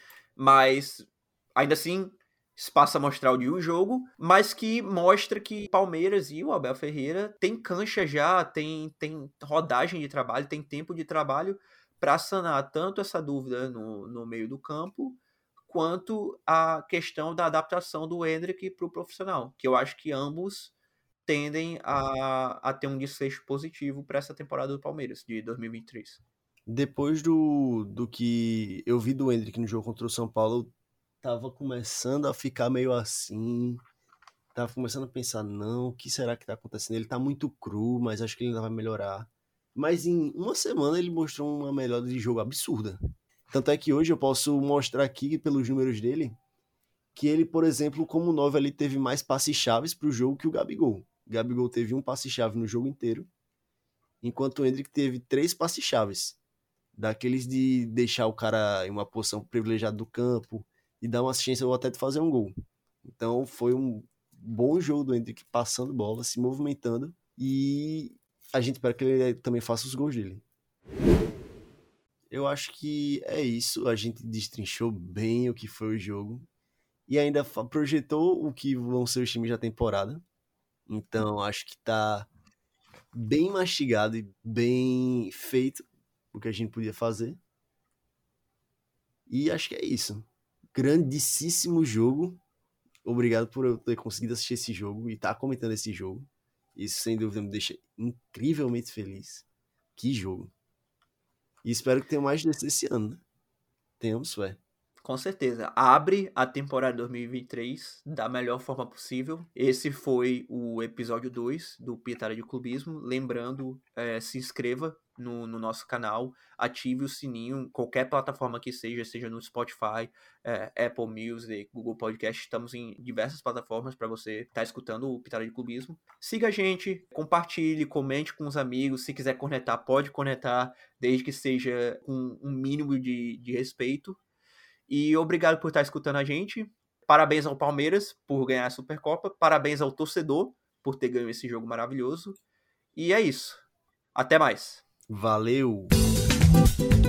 Mas, ainda assim, espaço amostral de um jogo, mas que mostra que Palmeiras e o Abel Ferreira tem cancha já, tem, tem rodagem de trabalho, tem tempo de trabalho para sanar tanto essa dúvida no, no meio do campo, quanto a questão da adaptação do Endrick para o profissional, que eu acho que ambos tendem a, a ter um desfecho positivo para essa temporada do Palmeiras, de dois mil e vinte e três. Depois do, do que eu vi do Endrick no jogo contra o São Paulo, eu tava começando a ficar meio assim, tava começando a pensar, não, o que será que tá acontecendo? Ele tá muito cru, mas acho que ele ainda vai melhorar. Mas em uma semana ele mostrou uma melhora de jogo absurda. Tanto é que hoje eu posso mostrar aqui, pelos números dele, que ele, por exemplo, como nove ali, teve mais passes-chaves pro jogo que o Gabigol. O Gabigol teve um passe-chave no jogo inteiro, enquanto o Endrick teve três passes-chaves. Daqueles de deixar o cara em uma posição privilegiada do campo e dar uma assistência ou até de fazer um gol. Então foi um bom jogo do Endrick passando bola, se movimentando, e a gente espera que ele também faça os gols dele. Eu acho que é isso, a gente destrinchou bem o que foi o jogo e ainda projetou o que vão ser os times da temporada. Então acho que tá bem mastigado e bem feito o que a gente podia fazer. E acho que é isso. Grandíssimo jogo. Obrigado por eu ter conseguido assistir esse jogo e estar tá comentando esse jogo. Isso, sem dúvida, me deixa incrivelmente feliz. Que jogo. E espero que tenha mais desse esse ano, né? Tenhamos fé. Com certeza. Abre a temporada dois mil e vinte e três da melhor forma possível. Esse foi o episódio dois do Pitada de Clubismo. Lembrando, é, se inscreva no, no nosso canal, ative o sininho, qualquer plataforma que seja, seja no Spotify, é, Apple Music, Google Podcast. Estamos em diversas plataformas para você estar tá escutando o Pitada de Clubismo. Siga a gente, compartilhe, comente com os amigos. Se quiser conectar, pode conectar, desde que seja com um mínimo de, de respeito. E obrigado por estar escutando a gente. Parabéns ao Palmeiras por ganhar a Supercopa. Parabéns ao torcedor por ter ganho esse jogo maravilhoso. E é isso. Até mais. Valeu!